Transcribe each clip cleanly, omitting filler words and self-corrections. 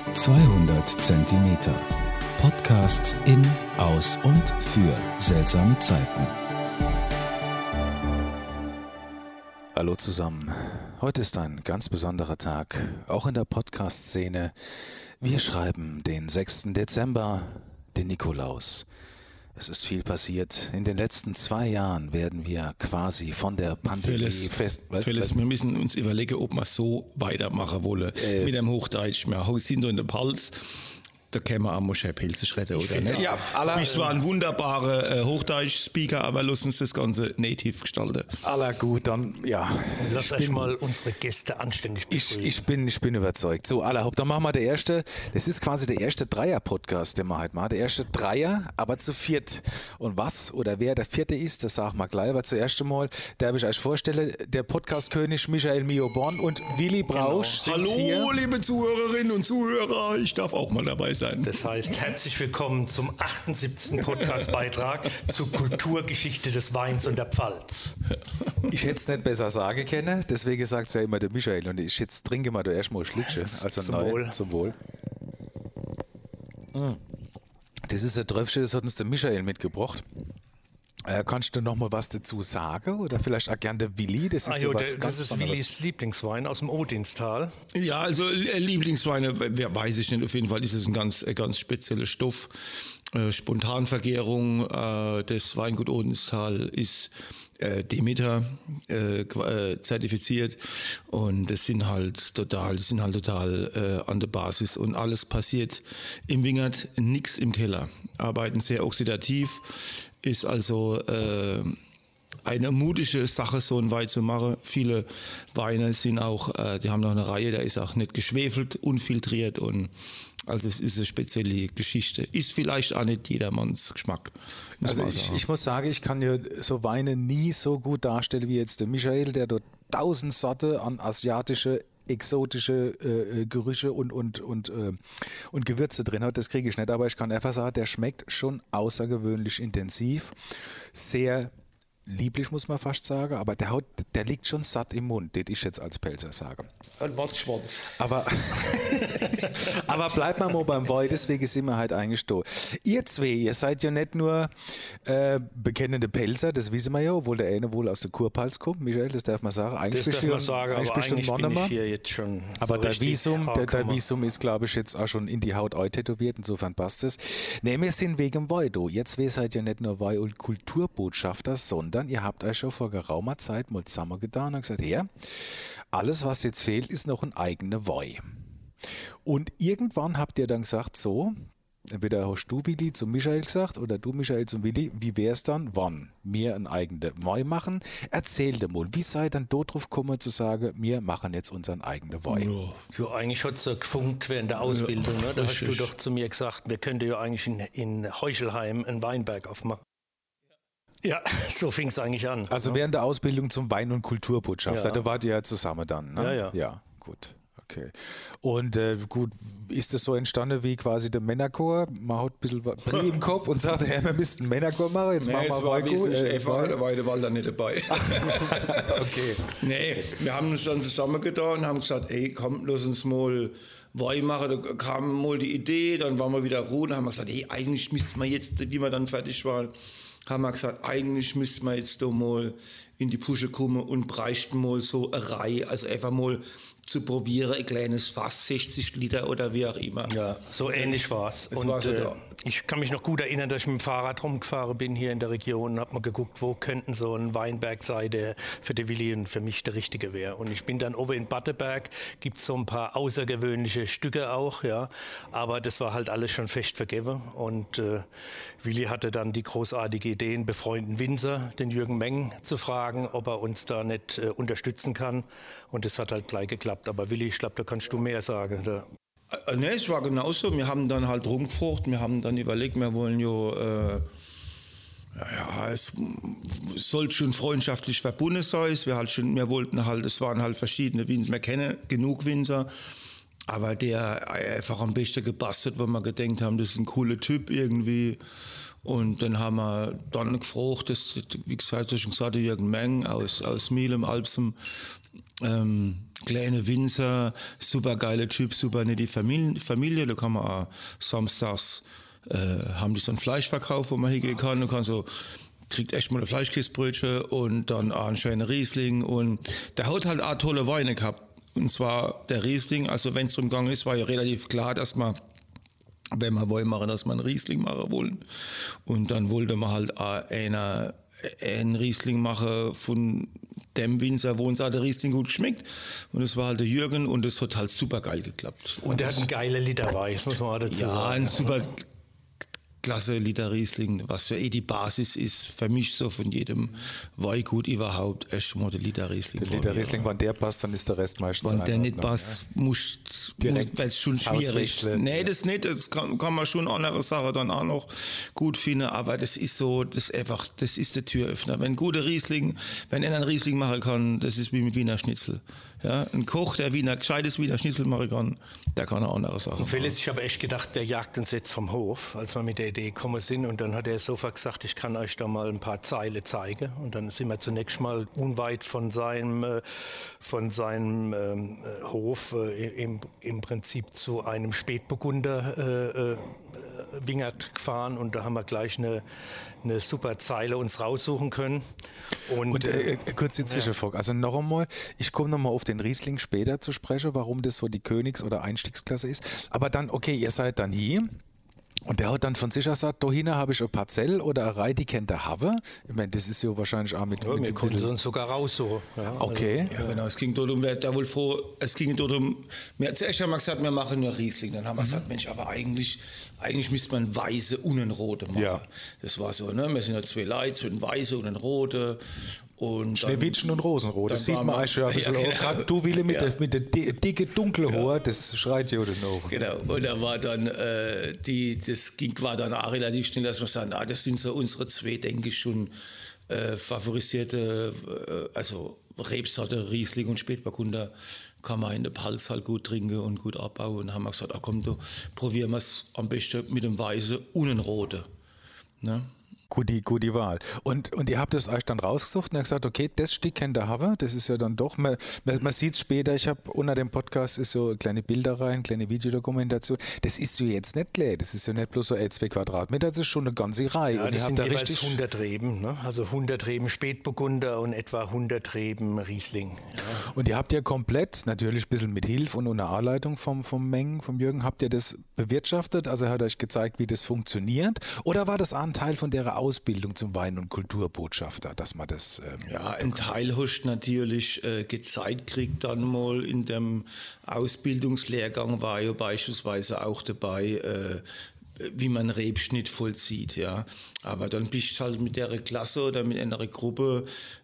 200 Zentimeter. Podcasts in, aus und für seltsame Zeiten. Hallo zusammen. Heute ist ein ganz besonderer Tag, auch in der Podcast-Szene. Wir schreiben den 6. Dezember, den Nikolaus. Es ist viel passiert. In den letzten 2 Jahren werden wir quasi von der Pandemie Phyllis, wir müssen uns überlegen, ob wir so weitermachen wollen. Mit dem Hochdeutsch. Wir sind in den Hals. Da können wir auch mal Pilze schredden, oder nicht? Ja, du bist zwar ein wunderbarer Hochdeutsch-Speaker, aber lass uns das Ganze native gestalten. Aller gut, dann, ja. Lass euch mal unsere Gäste anständig begrüßen. Ich bin überzeugt. So, allerhaupt, dann machen wir das ist quasi der erste Dreier-Podcast, den wir heute machen. Der erste Dreier, aber zu viert. Und was oder wer der vierte ist, das sagen wir gleich. Aber zuerst einmal darf ich euch vorstellen, der Podcast-König Michael Mio Born und Willi Brausch sind hier. Hallo, liebe Zuhörerinnen und Zuhörer, ich darf auch mal dabei sein. Das heißt, herzlich willkommen zum 78. Podcast-Beitrag zur Kulturgeschichte des Weins und der Pfalz. Ich hätte es nicht besser sagen können, deswegen sagt es ja immer der Michael. Und ich jetzt trinke mal da erstmal ein Schlückchen. Also zum Wohl. Zum Wohl. Das ist ein Tröpfchen, das hat uns der Michael mitgebracht. Kannst du noch mal was dazu sagen? Oder vielleicht auch gerne der Willi? Das ist Willis Lieblingswein aus dem Odinstal. Ja, also Lieblingsweine, weiß ich nicht. Auf jeden Fall ist es ein ganz spezieller Stoff. Spontanvergärung des Weingut Odinstal ist Demeter zertifiziert und das sind halt total an der Basis und alles passiert im Wingert, nichts im Keller. Arbeiten sehr oxidativ, ist also eine mutige Sache, so einen Wein zu machen. Viele Weine sind auch, die haben noch eine Reihe, der ist auch nicht geschwefelt, unfiltriert und also es ist eine spezielle Geschichte. Ist vielleicht auch nicht jedermanns Geschmack. Also ich muss sagen, ich kann ja so Weine nie so gut darstellen wie jetzt der Michael, der dort 1000 Sorte an asiatische exotische Gerüche und Gewürze drin hat, das kriege ich nicht, aber ich kann einfach sagen, der schmeckt schon außergewöhnlich intensiv, sehr lieblich, muss man fast sagen, aber der liegt schon satt im Mund, den ich jetzt als Pelzer sage. Ein Motzschwanz. Aber bleibt mal beim Wein, deswegen sind wir halt eigentlich da. Ihr zwei, ihr seid ja nicht nur bekennende Pelzer, das wissen wir ja, obwohl der eine wohl aus der Kurpfalz kommt. Michael, das darf man sagen. Eigentlich bin ich hier jetzt schon aber so der Visum ist, glaube ich, jetzt auch schon in die Haut tätowiert, insofern passt es. Ne, wir sind wegen Wein da. Ihr zwei seid ja nicht nur Wein- und Kulturbotschafter, sondern ihr habt euch schon vor geraumer Zeit mal zusammengetan und gesagt, ja, alles, was jetzt fehlt, ist noch ein eigener Wein. Und irgendwann habt ihr dann gesagt, so, entweder hast du, Willi, zum Michael gesagt oder du, Michael, zum Willi, wie wär's dann, wann wir einen eigenen Wein machen? Erzähl dir mal, wie seid dann dort drauf gekommen zu sagen, wir machen jetzt unseren eigenen Wein? Ja, eigentlich hat es ja gefunkt während der Ausbildung. Ne? Da hast du doch zu mir gesagt, wir könnten ja eigentlich in Heuchelheim einen Weinberg aufmachen. Ja, so fing es eigentlich an. Also während der Ausbildung zum Wein- und Kulturbotschafter, da wart ihr ja zusammen dann, ne? Ja. Ja, gut. Okay. Und gut, ist das so entstanden wie quasi der Männerchor? Man hat ein bisschen Brie im Kopf und sagt, ja, wir müssten einen Männerchor machen, jetzt machen wir Wein gut. Da war der Walter nicht dabei. Okay. Nee, wir haben uns dann zusammengetan und haben gesagt, ey, komm, lass uns mal Wein machen. Da kam mal die Idee, dann waren wir wieder ruhen und haben gesagt, ey, eigentlich müssten wir jetzt, wie wir dann fertig waren, haben wir gesagt, eigentlich müssten wir jetzt da mal in die Pusche kommen und bräuchten mal so eine Reihe, also einfach mal zu probieren, ein kleines Fass, 60 Liter oder wie auch immer. Ja, so ähnlich war es. Und ich kann mich noch gut erinnern, dass ich mit dem Fahrrad rumgefahren bin hier in der Region und habe mal geguckt, wo könnten so ein Weinberg sein, der für den Willi und für mich der richtige wäre. Und ich bin dann oben in Batteberg, gibt es so ein paar außergewöhnliche Stücke auch, ja, aber das war halt alles schon fest vergeben. Und Willi hatte dann die großartige Idee, einen befreundeten Winzer, den Jürgen Meng, zu fragen, ob er uns da nicht unterstützen kann. Und das hat halt gleich geklappt. Aber Willi, ich glaube, da kannst du mehr sagen. Ne, es war genauso. Wir haben dann halt rumgefragt, wir haben dann überlegt, wir wollen es soll schon freundschaftlich verbunden sein. Wir wollten halt, es waren halt verschiedene Winzer. Wir kennen genug Winzer, aber der einfach am besten gebastelt, wo wir gedacht haben, das ist ein cooler Typ irgendwie. Und dann haben wir dann gefragt, das, wie gesagt, schon gesagt, Jürgen Meng aus Mielem, Alpsum, kleine Winzer, super geile Typ, super nette Familie. Da kann man auch samstags, haben die so einen Fleischverkauf, wo man hingehen kann. Und kann so, kriegt echt mal ein Fleischkäsebrötchen und dann auch einen schönen Riesling. Und der hat halt auch tolle Weine gehabt. Und zwar der Riesling, also wenn es drum gegangen ist, war ja relativ klar, dass man, wenn wir wollen machen, dass wir einen Riesling machen wollen. Und dann wollte man halt auch einen Riesling machen von dem Winzer, wo uns auch der Riesling gut schmeckt. Und das war halt der Jürgen und das hat halt super geil geklappt. Und der hat einen geilen Liter Weiß, muss man auch dazu sagen. Ja, ein super klasse Liter Riesling, was ja die Basis ist, für mich so von jedem Weingut überhaupt, erstmal der Liter Riesling. Der Liter Riesling, wenn der passt, dann ist der Rest meistens wenn der nicht passt, muss es schon schwierig. Nee, das nicht, das kann man schon andere Sachen dann auch noch gut finden, aber das ist so, das ist der Türöffner. Wenn guter Riesling, wenn einer einen Riesling machen kann, das ist wie mit Wiener Schnitzel. Ja, ein Koch, der gescheites Wiener Schnitzel machen kann, der kann auch andere Sachen. Felix, ich habe echt gedacht, der jagt uns jetzt vom Hof, als wir mit der Idee gekommen sind. Und dann hat er sofort gesagt, ich kann euch da mal ein paar Zeilen zeigen. Und dann sind wir zunächst mal unweit von seinem Hof im Prinzip zu einem Spätburgunder Wingert gefahren. Und da haben wir gleich eine super Zeile uns raussuchen können. Und kurz die Zwischenfrage. Also noch einmal, ich komme noch mal auf den Riesling später zu sprechen, warum das so die Königs- oder Einstiegsklasse ist. Aber dann, okay, ihr seid dann hier. Und der hat dann von sich aus gesagt, da hinten habe ich eine Parzelle oder eine Reihe, die kennt der Have. Ich meine, das ist ja wahrscheinlich auch mit... Ja, wir konnten uns sogar raussuchen. Ja, okay. Also, ja, genau. Es ging darum, wir hat zuerst einmal gesagt, wir machen nur Riesling. Dann haben wir gesagt, Mensch, aber eigentlich müsste man weiße und einen rote machen. Ja. Das war so, ne? Wir sind ja 2 Leute, so ein weiße und ein rote. Und Schneewittchen und Rosenrot, das sieht man eigentlich schon ein bisschen. Ja, genau. Gerade du, Wille, mit der dicke, dunkle Haar, das schreit ja das noch. Genau, und da war dann, war dann auch relativ schnell, dass wir sagen, das sind so unsere 2, denke ich, schon favorisierte, also Rebsorte, Riesling und Spätburgunder kann man in der Pals halt gut trinken und gut abbauen. Und dann haben wir gesagt, komm, probieren wir es am besten mit dem Weißen und dem Roten. Ne? Gute Wahl. Und ihr habt es euch dann rausgesucht und habt gesagt, okay, das Stück kennt der Have, das ist ja dann doch, man sieht es später, ich habe unter dem Podcast ist so kleine Bilder rein, kleine Videodokumentation, das ist ja jetzt nicht leer, das ist ja nicht bloß so 2 Quadratmeter, das ist schon eine ganze Reihe. Ja, das sind da jeweils 100 Reben, ne? Also 100 Reben Spätburgunder und etwa 100 Reben Riesling. Ja. Und ihr habt ja komplett, natürlich ein bisschen mit Hilfe und unter Anleitung vom Jürgen, habt ihr das bewirtschaftet, also er hat euch gezeigt, wie das funktioniert, oder war das auch ein Teil von der Ausbildung zum Wein- und Kulturbotschafter, dass man das... ja, ein Teil hast natürlich gezeigt kriegt dann mal in dem Ausbildungslehrgang, war ja beispielsweise auch dabei, wie man Rebschnitt vollzieht, ja. Aber dann bist du halt mit der Klasse oder mit einer Gruppe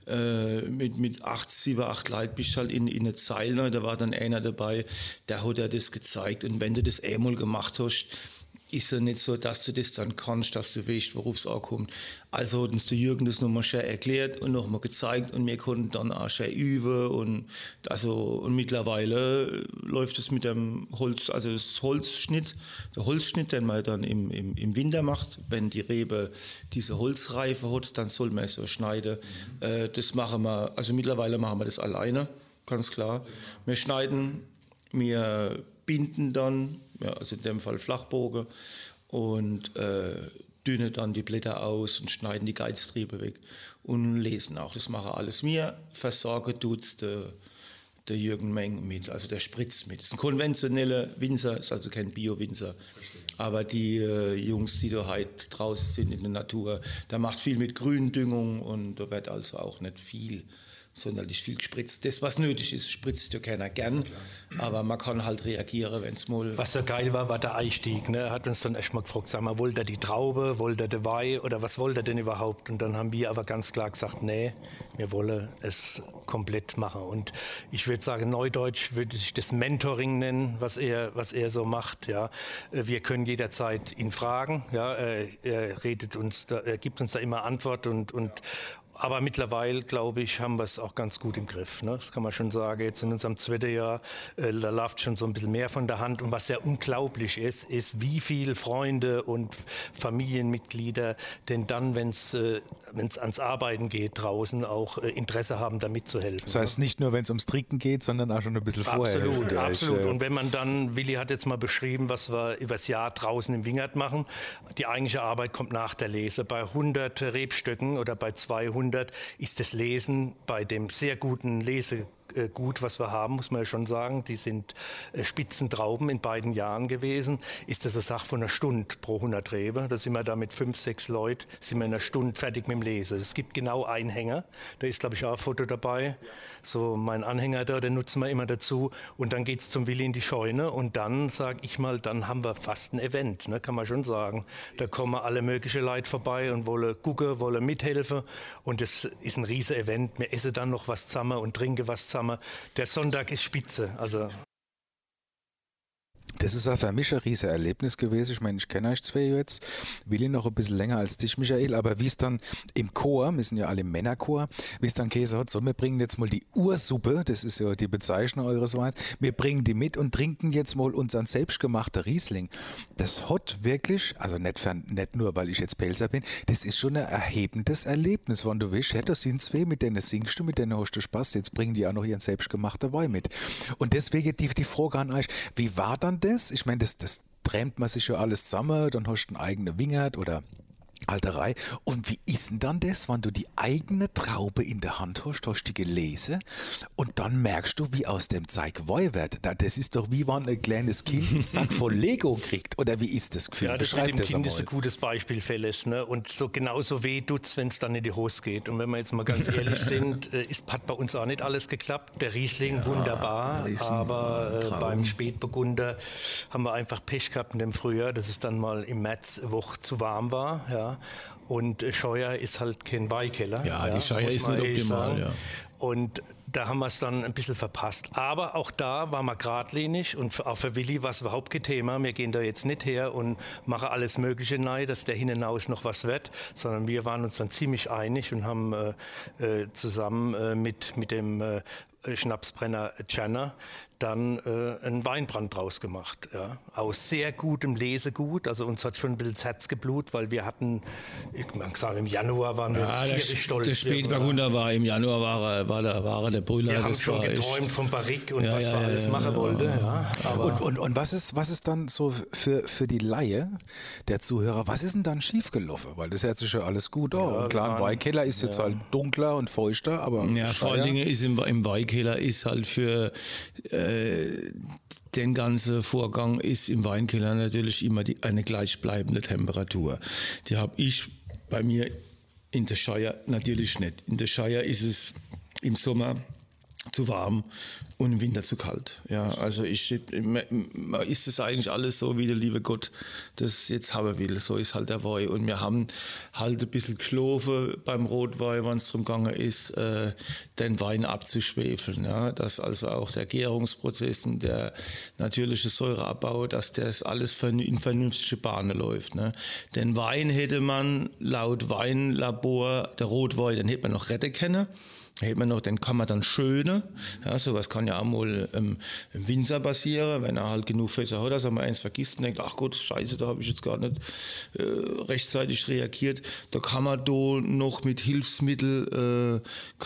mit 7, 8 Leuten bist du halt in eine Zeile, da war dann einer dabei, der hat das gezeigt. Und wenn du das einmal gemacht hast, ist ja nicht so, dass du das dann kannst, dass du weißt, worauf es ankommt. Also hat uns der Jürgen das nochmal schön erklärt und nochmal gezeigt und wir konnten dann auch schön üben und mittlerweile läuft es mit dem Holz, also das Holzschnitt, der Holzschnitt, den man dann im Winter macht, wenn die Rebe diese Holzreife hat, dann soll man so schneiden. Das machen wir, also mittlerweile machen wir das alleine, ganz klar. Wir schneiden, wir binden dann, ja, also in dem Fall Flachbogen, und dünnen dann die Blätter aus und schneiden die Geiztriebe weg und lesen auch. Das machen alles wir. Versorgen tut der Jürgen Meng mit, also der Spritz mit. Das ist ein konventioneller Winzer, ist also kein Bio-Winzer. Aber die Jungs, die da halt draußen sind in der Natur, da macht viel mit Gründüngung und da wird also auch nicht sonderlich viel gespritzt. Das, was nötig ist, spritzt ja keiner gern, aber man kann halt reagieren, wenn es mal... Was so geil war der Einstieg. Ne? Er hat uns dann echt mal gefragt, sag mal, wollt ihr die Traube, wollt ihr den Wein oder was wollt ihr denn überhaupt? Und dann haben wir aber ganz klar gesagt, nee, wir wollen es komplett machen. Und ich würde sagen, neudeutsch würde sich das Mentoring nennen, was er so macht. Ja? Wir können jederzeit ihn fragen. Ja? Er gibt uns da immer Antwort und Aber mittlerweile, glaube ich, haben wir es auch ganz gut im Griff. Ne? Das kann man schon sagen. Jetzt in unserem zweiten Jahr, da läuft schon so ein bisschen mehr von der Hand. Und was sehr unglaublich ist, wie viele Freunde und Familienmitglieder denn dann, wenn es ans Arbeiten geht draußen, auch Interesse haben, da mitzuhelfen. Das heißt, nicht nur, wenn es ums Trinken geht, sondern auch schon ein bisschen vorher. Absolut, absolut. Und wenn man dann, Willi hat jetzt mal beschrieben, was wir übers Jahr draußen im Wingert machen. Die eigentliche Arbeit kommt nach der Lese. Bei 100 Rebstöcken oder bei 200 ist das Lesen bei dem sehr guten Lesegut, was wir haben, muss man ja schon sagen, die sind Spitzentrauben in beiden Jahren gewesen, ist das eine Sache von einer Stunde pro 100 Rebe. Da sind wir da mit 5, 6 Leuten, sind wir in einer Stunde fertig mit dem Lesen. Es gibt genau einen Hänger, da ist, glaube ich, auch ein Foto dabei. So mein Anhänger da, den nutzen wir immer dazu. Und dann geht es zum Willi in die Scheune und dann, sage ich mal, dann haben wir fast ein Event, ne, kann man schon sagen. Da kommen alle möglichen Leute vorbei und wollen gucken, wollen mithelfen. Und das ist ein riesen Event. Wir essen dann noch was zusammen und trinken was zusammen. Der Sonntag ist spitze. Also das ist auch für mich ein riesiges Erlebnis gewesen. Ich meine, ich kenne euch zwei jetzt, Willi noch ein bisschen länger als dich, Michael, aber wie es dann im Chor, wir sind ja alle im Männerchor, wie es dann Käse hat, so, wir bringen jetzt mal die Ursuppe, das ist ja die Bezeichnung eures Weins, wir bringen die mit und trinken jetzt mal unseren selbstgemachten Riesling. Das hat wirklich, also nicht nur, weil ich jetzt Pelzer bin, das ist schon ein erhebendes Erlebnis, wenn du willst, hey, da sind zwei, mit denen singst du, mit denen hast du Spaß, jetzt bringen die auch noch ihren selbstgemachten Wein mit. Und deswegen die Frage an euch, wie war dann das? Ich meine, das träumt man sich ja alles zusammen, dann hast du einen eigenen Wingert oder Halterei. Und wie ist denn dann das, wenn du die eigene Traube in der Hand hast die gelesen und dann merkst du, wie aus dem Zeug Wein wird? Das ist doch wie wenn ein kleines Kind einen Sack voll Lego kriegt. Oder wie ist das Gefühl? Ja, das mit dem Kind ist ein gutes Beispiel für alles. Ne? Und so genauso weh tut's, wenn es dann in die Hose geht. Und wenn wir jetzt mal ganz ehrlich sind, hat bei uns auch nicht alles geklappt. Der Riesling wunderbar, aber beim Spätburgunder haben wir einfach Pech gehabt in dem Frühjahr, dass es dann mal im März eine Woche zu warm war. Ja. Und Scheuer ist halt kein Weinkeller. Ja, die Scheuer ist nicht optimal. Ja. Und da haben wir es dann ein bisschen verpasst. Aber auch da waren wir geradlinig und auch für Willi war es überhaupt kein Thema. Wir gehen da jetzt nicht her und machen alles Mögliche rein, dass der hinaus noch was wird, sondern wir waren uns dann ziemlich einig und haben zusammen mit dem Schnapsbrenner Tscherner dann einen Weinbrand draus gemacht. Ja. Aus sehr gutem Lesegut. Also uns hat schon ein bisschen das Herz geblutet, weil wir hatten, ich mag sagen, im Januar waren wir tierisch stolz. Der Spätburgunder war im Januar war der Brüller. Wir haben schon geträumt vom Barrique und was wir alles machen wollten. Ja. Aber und was ist dann so für die Laie, der Zuhörer, was ist denn dann schiefgelaufen? Weil das hört sich ja alles gut an. Und klar, ein Weinkeller ist jetzt halt dunkler und feuchter, aber... Ja, vor allen Dingen ist im Weinkeller ist halt für... den ganzen Vorgang ist im Weinkeller natürlich immer eine gleichbleibende Temperatur. Die habe ich bei mir in der Scheuer natürlich nicht. In der Scheuer ist es im Sommer zu warm und im Winter zu kalt. Ja, also ist es eigentlich alles so, wie der liebe Gott das jetzt haben will. So ist halt der Wein. Und wir haben halt ein bisschen geschlafen beim Rotwein, wenn es darum gegangen ist, den Wein abzuschwefeln. Ja, dass also auch der Gärungsprozess und der natürliche Säureabbau, dass das alles in vernünftige Bahnen läuft. Ne? Den Wein hätte man laut Weinlabor, der Rotwein, den hätte man noch retten können. Den kann man dann schönen. Ja, sowas kann ja auch mal im Winzer passieren, wenn er halt genug Fässer hat, dass er mal eins vergisst und denkt, ach Gott, scheiße, da habe ich jetzt gar nicht rechtzeitig reagiert. Da kann man da noch mit Hilfsmitteln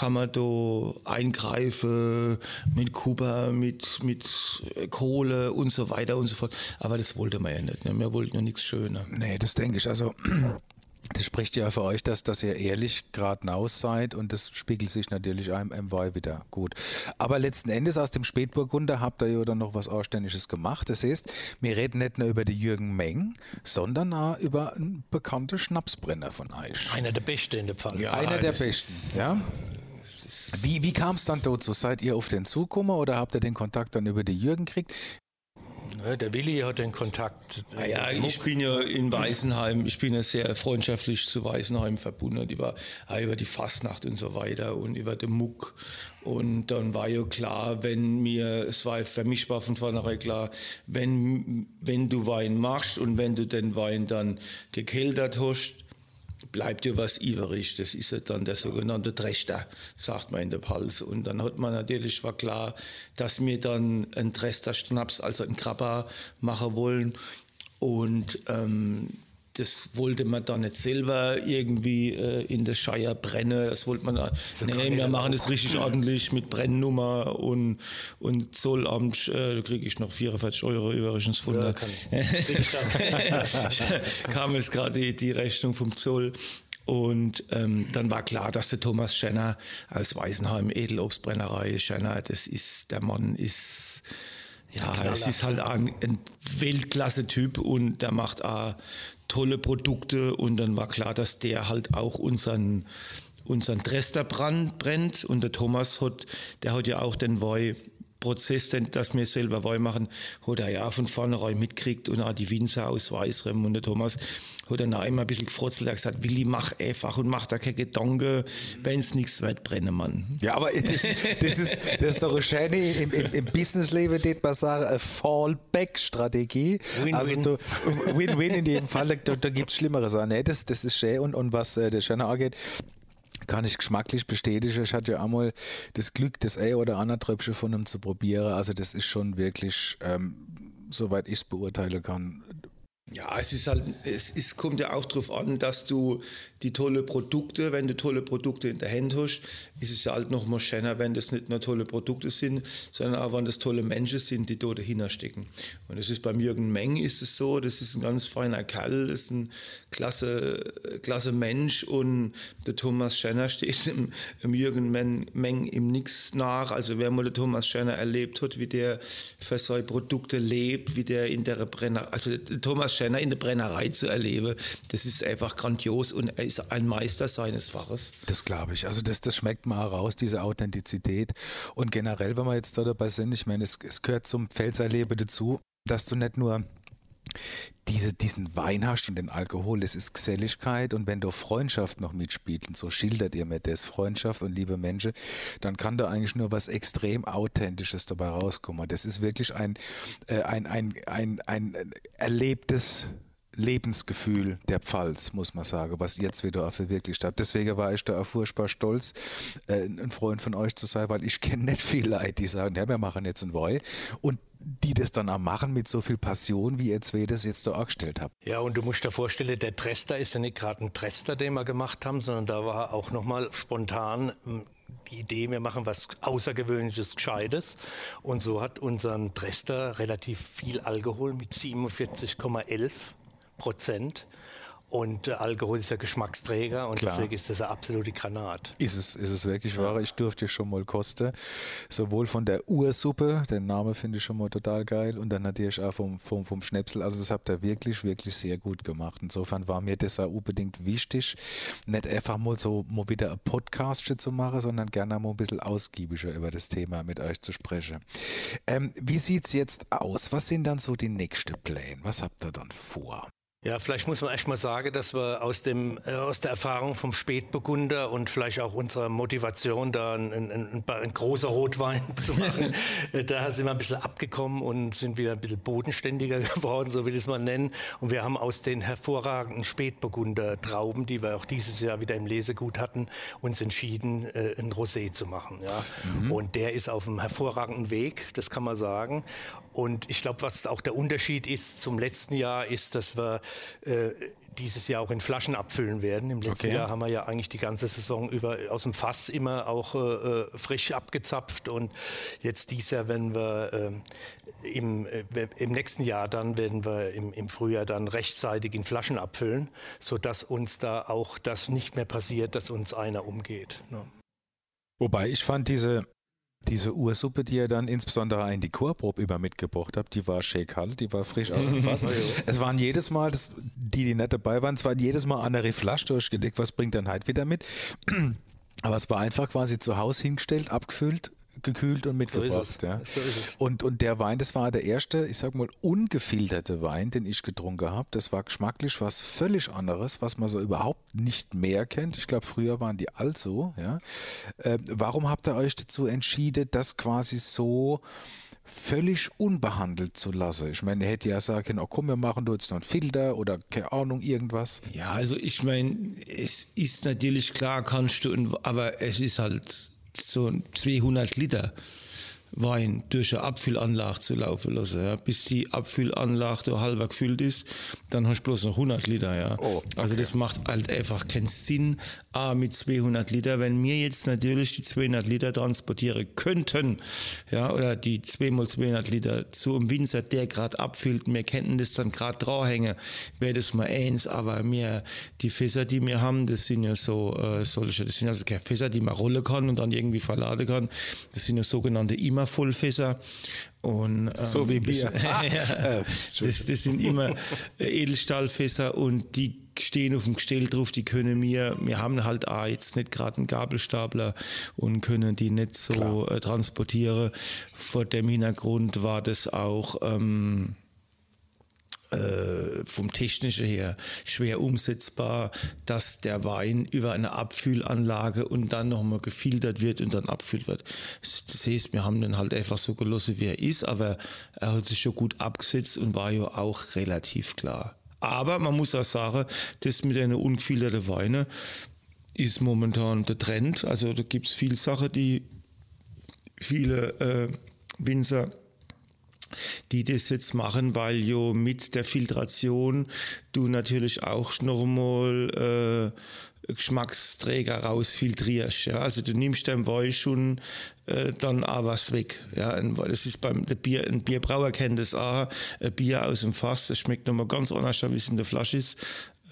eingreifen, mit Kuba, mit Kohle und so weiter und so fort. Aber das wollte man ja nicht. Ne? Wir wollten ja nichts Schönes. Nee, das denke ich. Also das spricht ja für euch, dass ihr ehrlich geradeaus seid und das spiegelt sich natürlich im Wein wieder gut. Aber letzten Endes aus dem Spätburgunder habt ihr ja dann noch was Anständiges gemacht. Das heißt, wir reden nicht nur über die Jürgen Meng, sondern auch über einen bekannten Schnapsbrenner von euch. Einer der Besten in der Pfalz. Ja, einer der Besten, ja. Wie kam es dann dazu? Seid ihr auf den zugekommen oder habt ihr den Kontakt dann über die Jürgen gekriegt? Der Willi hat den Kontakt. Ja, ich bin ja in Weißenheim, ich bin ja sehr freundschaftlich zu Weißenheim verbunden. Die war über die Fastnacht und so weiter und über den Muck. Und dann war ja klar, für mich war von vornherein klar, wenn du Wein machst und wenn du den Wein dann gekeltert hast, bleibt ja was übrig. Das ist ja dann der sogenannte Drächter, sagt man in der Pals. Und dann hat man natürlich, war klar, dass wir dann einen Drächter-Schnaps, also einen Grappa machen wollen. Und das wollte man dann nicht selber irgendwie in der Scheier brennen. Das wollte man da. Nee, wir machen das richtig ordentlich mit Brennnummer und Zollamt. Da kriege ich noch 44 € übrigens von der. Kam jetzt gerade die Rechnung vom Zoll. Und dann war klar, dass der Thomas Schenner aus Weißenheim, Edelobstbrennerei Schenner, der Mann ist. Ja, es ist halt ein Weltklasse-Typ und der macht auch tolle Produkte und dann war klar, dass der halt auch unseren Dräster brennt und der Thomas hat ja auch den Prozess, dass wir selber Wein machen, hat er ja von vornherein mitkriegt und auch die Winzer aus Weißrem und der Thomas hat dann auch immer ein bisschen gefrotzelt, er hat gesagt, Willi, mach einfach und mach da keine Gedanken, wenn es nichts wird, brennen man. Ja, aber das ist doch eine schöne, im Businessleben, das man sagen, eine Fallback-Strategie. Win-win. Also Win-win in jedem Fall, da gibt es schlimmere Sachen. Nee, das ist schön und was der Schenner angeht, kann ich geschmacklich bestätigen. Ich hatte ja einmal das Glück, das ein oder andere Tröpfchen von ihm zu probieren. Also das ist schon wirklich, soweit ich es beurteilen kann. Ja, es kommt ja auch darauf an, dass du die tolle Produkte, wenn du tolle Produkte in der Hand hast, ist es ja halt noch mal schöner, wenn das nicht nur tolle Produkte sind, sondern auch wenn das tolle Menschen sind, die da dahinter stecken. Und das ist beim Jürgen Meng ist es so, das ist ein ganz feiner Kerl, das ist ein klasse Mensch und der Thomas Schenner steht im Jürgen Meng im Nix nach. Also wer mal den Thomas Schenner erlebt hat, wie der für seine Produkte lebt, wie der in der Brennerei, also der Thomas Schenner in der Brennerei zu erleben, das ist einfach grandios und er ist ein Meister seines Faches. Das glaube ich. Also das schmeckt mal heraus, diese Authentizität. Und generell, wenn wir jetzt da dabei sind, ich meine, es gehört zum Pfälzerleben dazu, dass du nicht nur diesen Wein hast und den Alkohol, das ist Geselligkeit und wenn du Freundschaft noch mitspielt und so schildert ihr mir das, Freundschaft und liebe Menschen, dann kann da eigentlich nur was extrem Authentisches dabei rauskommen. Das ist wirklich ein erlebtes Lebensgefühl der Pfalz, muss man sagen, was jetzt wieder auch verwirklicht hat. Deswegen war ich da auch furchtbar stolz, ein Freund von euch zu sein, weil ich kenne nicht viele Leute, die sagen, ja, wir machen jetzt ein Wein und die das dann auch machen mit so viel Passion, wie ihr zwei das jetzt da auch gestellt habt. Ja, und du musst dir vorstellen, der Dräster ist ja nicht gerade ein Dräster, den wir gemacht haben, sondern da war auch nochmal spontan die Idee, wir machen was Außergewöhnliches, Gescheites. Und so hat unseren Dräster relativ viel Alkohol mit 47,11%. Und Alkohol ist ja Geschmacksträger und Klar. Deswegen ist das eine absolute Granat. Ist es wirklich wahr? Ich durfte schon mal kosten. Sowohl von der Ursuppe, den Namen finde ich schon mal total geil, und dann natürlich auch vom Schnäpsel. Also das habt ihr wirklich, wirklich sehr gut gemacht. Insofern war mir das auch unbedingt wichtig, nicht einfach mal wieder ein Podcast zu machen, sondern gerne mal ein bisschen ausgiebiger über das Thema mit euch zu sprechen. Wie sieht es jetzt aus? Was sind dann so die nächsten Pläne? Was habt ihr dann vor? Ja, vielleicht muss man echt mal sagen, dass wir aus der Erfahrung vom Spätburgunder und vielleicht auch unserer Motivation, da ein großer Rotwein zu machen, da sind wir ein bisschen abgekommen und sind wieder ein bisschen bodenständiger geworden, so will ich es mal nennen. Und wir haben aus den hervorragenden Spätburgunder Trauben, die wir auch dieses Jahr wieder im Lesegut hatten, uns entschieden, ein Rosé zu machen. Ja. Und der ist auf einem hervorragenden Weg, das kann man sagen. Und ich glaube, was auch der Unterschied ist zum letzten Jahr, ist, dass wir dieses Jahr auch in Flaschen abfüllen werden. Im letzten Jahr haben wir ja eigentlich die ganze Saison über aus dem Fass immer auch frisch abgezapft. Und jetzt dieses Jahr werden wir im nächsten Jahr dann werden wir im Frühjahr dann rechtzeitig in Flaschen abfüllen, sodass uns da auch das nicht mehr passiert, dass uns einer umgeht. Ne? Wobei ich fand diese Ursuppe, die ihr dann insbesondere in die Chorprobe über mitgebracht habt, die war schön kalt, die war frisch aus dem Fass. Es waren jedes Mal, die nicht dabei waren, es waren jedes Mal andere Flasche durchgelegt, was bringt dann halt wieder mit. Aber es war einfach quasi zu Hause hingestellt, abgefüllt, gekühlt und mitgebracht. So ist es. Ja. So ist es. Und der Wein, das war der erste, ich sag mal, ungefilterte Wein, den ich getrunken habe. Das war geschmacklich was völlig anderes, was man so überhaupt nicht mehr kennt. Ich glaube, früher waren die also. Ja. Warum habt ihr euch dazu entschieden, das quasi so völlig unbehandelt zu lassen? Ich meine, er hätte ja sagen können, oh komm, wir machen da jetzt noch einen Filter oder keine Ahnung, irgendwas. Ja, also ich meine, es ist natürlich klar, kannst du, aber es ist halt so 200 Liter Wein durch eine Abfüllanlage zu laufen lassen, ja. Bis die Abfüllanlage da halber gefüllt ist, dann hast du bloß noch 100 Liter. Ja. Oh, okay. Also das macht halt einfach keinen Sinn, mit 200 Liter. Wenn wir jetzt natürlich die 200 Liter transportieren könnten, ja, oder die 2x200 Liter zu einem Winzer, der gerade abfüllt, wir könnten das dann gerade dranhängen, wäre das mal eins, aber die Fässer, die wir haben, das sind ja so solche, das sind also keine Fässer, die man rollen kann und dann irgendwie verladen kann, das sind ja sogenannte Vollfässer. Und, so wie Bier. Das sind immer Edelstahlfässer und die stehen auf dem Gestell drauf, die können wir haben halt auch jetzt nicht gerade einen Gabelstapler und können die nicht so transportieren. Vor dem Hintergrund war das auch vom Technischen her schwer umsetzbar, dass der Wein über eine Abfüllanlage und dann nochmal gefiltert wird und dann abfüllt wird. Das heißt, wir haben den halt einfach so gelassen, wie er ist, aber er hat sich schon gut abgesetzt und war ja auch relativ klar. Aber man muss auch sagen, das mit einer ungefilterten Weine ist momentan der Trend. Also da gibt es viele Sachen, die viele Winzer, die das jetzt machen, weil jo mit der Filtration du natürlich auch nochmal Geschmacksträger rausfiltrierst. Ja? Also du nimmst dein Wein schon dann auch was weg. Ja? Das ist ein Bierbrauer kennt das auch, ein Bier aus dem Fass, das schmeckt nochmal ganz anders, wie es in der Flasche ist.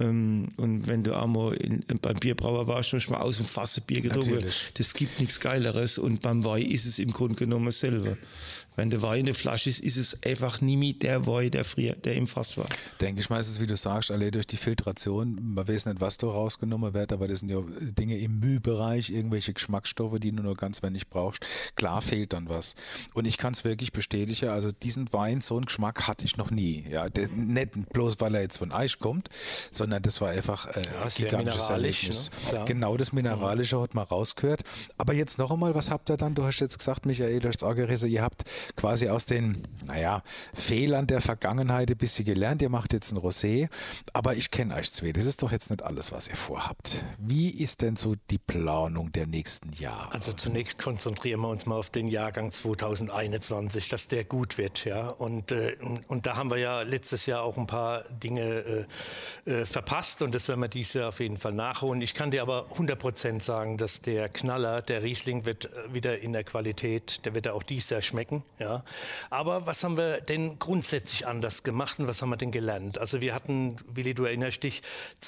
Und wenn du einmal beim Bierbrauer warst, hast du mal aus dem Fass ein Bier getrunken. Natürlich. Das gibt nichts Geileres und beim Wein ist es im Grunde genommen selber. Wenn der Wein in der Flasche ist, ist es einfach nie mehr der Wein, der im Fass war. Denke ich meistens, wie du sagst, alle durch die Filtration, man weiß nicht, was da rausgenommen wird, aber das sind ja Dinge im Mühlbereich, irgendwelche Geschmacksstoffe, die du nur ganz wenig brauchst. Klar fehlt dann was. Und ich kann es wirklich bestätigen, also diesen Wein, so einen Geschmack hatte ich noch nie. Ja, nicht bloß, weil er jetzt von Eich kommt, sondern das war einfach ein gigantisches Erlebnis. Ne? Genau das Mineralische hat man rausgehört. Aber jetzt noch einmal, was habt ihr dann? Du hast jetzt gesagt, Michael, du hast auch gerissen, ihr habt quasi aus den, Fehlern der Vergangenheit ein bisschen gelernt. Ihr macht jetzt ein Rosé, aber ich kenne euch zwei. Das ist doch jetzt nicht alles, was ihr vorhabt. Wie ist denn so die Planung der nächsten Jahre? Also zunächst konzentrieren wir uns mal auf den Jahrgang 2021, dass der gut wird. Ja? Und da haben wir ja letztes Jahr auch ein paar Dinge verpasst und das werden wir dieses Jahr auf jeden Fall nachholen. Ich kann dir aber 100% sagen, dass der Knaller, der Riesling, wird wieder in der Qualität, der wird auch dieses Jahr schmecken. Ja. Aber was haben wir denn grundsätzlich anders gemacht und was haben wir denn gelernt? Also wir hatten, Willi, du erinnerst dich,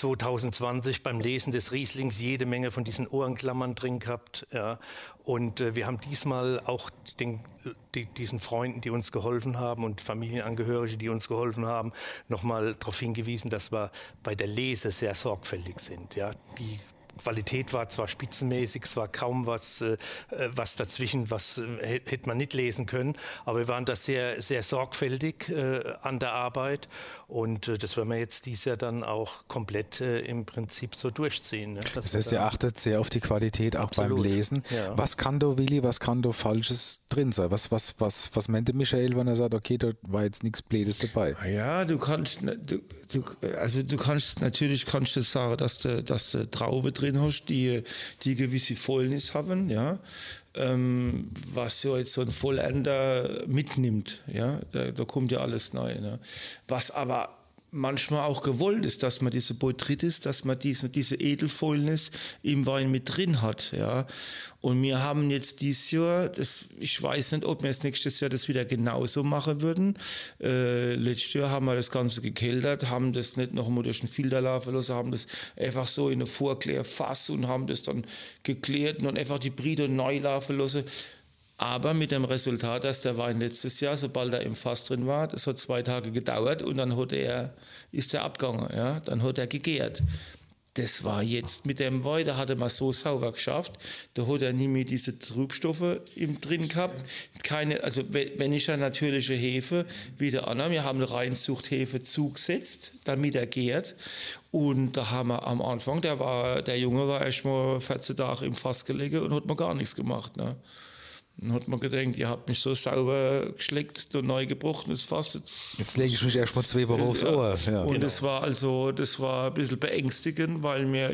2020 beim Lesen des Rieslings jede Menge von diesen Ohrenklammern drin gehabt. Ja. Und wir haben diesmal auch diesen Freunden, die uns geholfen haben und Familienangehörige, die uns geholfen haben, nochmal darauf hingewiesen, dass wir bei der Lese sehr sorgfältig sind. Ja. Die Qualität war zwar spitzenmäßig, es war kaum was dazwischen, was hätte man nicht lesen können, aber wir waren da sehr, sehr sorgfältig an der Arbeit und das werden wir jetzt dieses Jahr dann auch komplett im Prinzip so durchziehen. Ne? Das heißt, ihr achtet sehr auf die Qualität auch beim Lesen. Ja. Was kann da, Willi, was kann da Falsches drin sein? Was meinte Michael, wenn er sagt, okay, da war jetzt nichts Blödes dabei? Ja, du kannst natürlich du sagen, dass du Traube drin hast, die gewisse Fäulnis haben, ja, was so jetzt so ein Vollender mitnimmt, ja, da kommt ja alles neu, ne? Was aber manchmal auch gewollt ist, dass man diese Botrytis, dass man diese Edelfäulnis im Wein mit drin hat, ja. Und wir haben jetzt dieses Jahr, ich weiß nicht, ob wir das nächstes Jahr das wieder genauso machen würden. Letztes Jahr haben wir das Ganze gekeltert, haben das nicht noch mal durch den Filter laufen lassen, haben das einfach so in ein Vorklärfass und haben das dann geklärt und einfach die Brite neu laufen lassen. Aber mit dem Resultat, dass der Wein letztes Jahr, sobald er im Fass drin war, das hat 2 Tage gedauert und dann ist er abgegangen, ja? Dann hat er gegärt. Das war jetzt mit dem Wein, da hat er mal so sauber geschafft, da hat er nie mehr diese Trübstoffe drin gehabt. Also wenn ich eine natürliche Hefe wieder anhabe, wir haben eine Reinzuchthefe zugesetzt, damit er gärt. Und da haben wir am Anfang, der Junge war erst mal 14 Tage im Fass gelegen und hat mal gar nichts gemacht, ne? Dann hat man gedacht, ihr habt mich so sauber geschleckt und neu gebrochenes Fass. Jetzt lege ich mich erstmal 2 Wochen aufs Ohr. Ja. Und das war ein bisschen beängstigend, weil mir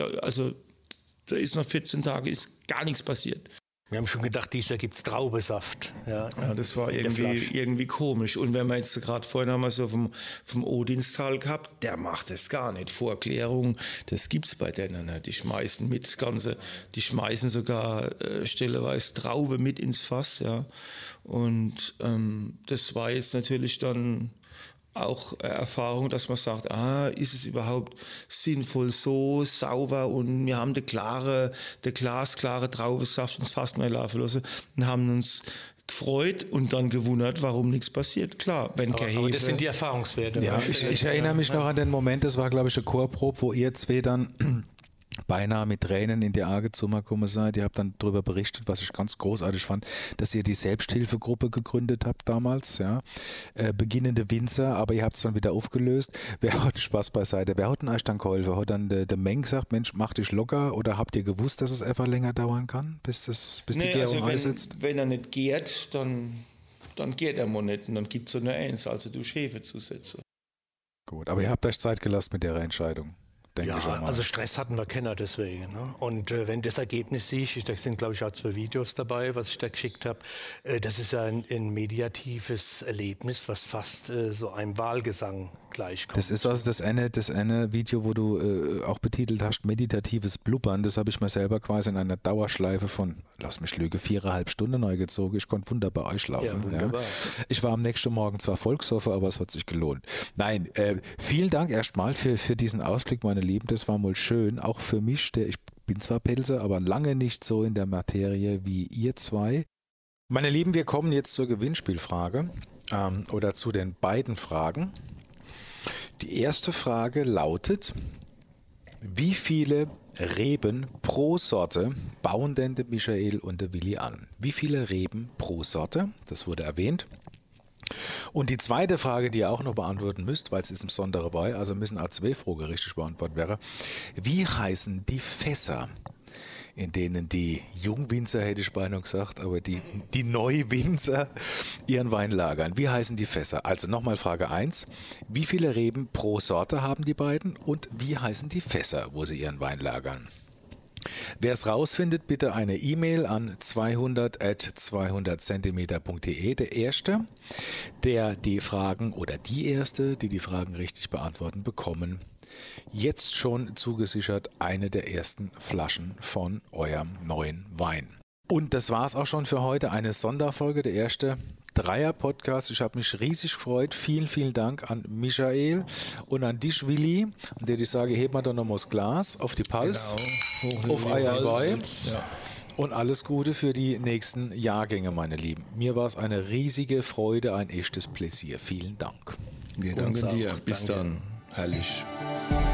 da ist nach 14 Tagen ist gar nichts passiert. Wir haben schon gedacht, dieses Jahr gibt es Traubesaft. Ja, das war irgendwie komisch. Und wenn wir jetzt gerade vorhin haben wir so vom Odinstal gehabt, der macht das gar nicht. Vorklärung, das gibt es bei denen nicht. Die schmeißen die schmeißen sogar stelleweise Traube mit ins Fass. Ja. Und das war jetzt natürlich dann auch Erfahrung, dass man sagt, ist es überhaupt sinnvoll, so sauber, und wir haben der glasklare Traubensaft ins Fass neu laufen lassen und haben uns gefreut und dann gewundert, warum nichts passiert. Klar, wenn kein Hefe... Aber das sind die Erfahrungswerte. Ja, ich erinnere mich noch an den Moment, das war, glaube ich, eine Chorprobe, wo ihr 2 dann beinahe mit Tränen in die Augen zu mir gekommen seid. Ihr habt dann darüber berichtet, was ich ganz großartig fand, dass ihr die Selbsthilfegruppe gegründet habt damals, ja. Beginnende Winzer, aber ihr habt es dann wieder aufgelöst. Wer hat Spaß beiseite? Wer hat denn euch dann geholfen? Hat dann der Meng gesagt, Mensch, mach dich locker, oder habt ihr gewusst, dass es einfach länger dauern kann, bis die Gärung einsetzt? Wenn er nicht gärt, dann gärt er mal nicht, und dann gibt es so eine Eins, also du Hefe zusetzen. Gut, aber ihr habt euch Zeit gelassen mit ihrer Entscheidung. Ja, also Stress hatten wir keiner deswegen. Ne? Und wenn das Ergebnis siehst, da sind, glaube ich, auch 2 Videos dabei, was ich da geschickt habe, das ist ja ein mediatives Erlebnis, was fast so einem Wahlgesang gleichkommt. Das ist also das eine Video, wo du auch betitelt hast, meditatives Blubbern. Das habe ich mir selber quasi in einer Dauerschleife von, lass mich lügen, 4,5 Stunden neu gezogen. Ich konnte wunderbar euch laufen. Ja, wunderbar. Ja. Ich war am nächsten Morgen zwar vollgesoffen, aber es hat sich gelohnt. Nein, vielen Dank erstmal für diesen Ausblick, meine Lieben. Das war mal schön, auch für mich. Ich bin zwar Pelzer, aber lange nicht so in der Materie wie ihr 2. Meine Lieben, wir kommen jetzt zur Gewinnspielfrage oder zu den beiden Fragen. Die erste Frage lautet: Wie viele Reben pro Sorte bauen denn der Michael und der Willi an? Wie viele Reben pro Sorte? Das wurde erwähnt. Und die zweite Frage, die ihr auch noch beantworten müsst, weil es ist im Sondere dabei, also müssen auch 2 Fragen richtig beantwortet werden. Wie heißen die Fässer, in denen die Jungwinzer, hätte ich beinahe gesagt, aber die Neuwinzer ihren Wein lagern? Wie heißen die Fässer? Also nochmal Frage 1. Wie viele Reben pro Sorte haben die beiden? Und wie heißen die Fässer, wo sie ihren Wein lagern? Wer es rausfindet, bitte eine E-Mail an 200@200cm.de. Der Erste, der die Fragen, oder die Erste, die die Fragen richtig beantworten, bekommen jetzt schon zugesichert eine der ersten Flaschen von eurem neuen Wein. Und das war es auch schon für heute. Eine Sonderfolge, der erste Dreier-Podcast. Ich habe mich riesig gefreut. Vielen, vielen Dank an Michael und an dich, Willi. Und der ich sage, heb mal doch noch mal das Glas auf die Pals, genau. Auf euer Boy. Ja. Und alles Gute für die nächsten Jahrgänge, meine Lieben. Mir war es eine riesige Freude, ein echtes Pläsier. Vielen Dank. Danke dir. Bis dann. Herrlich.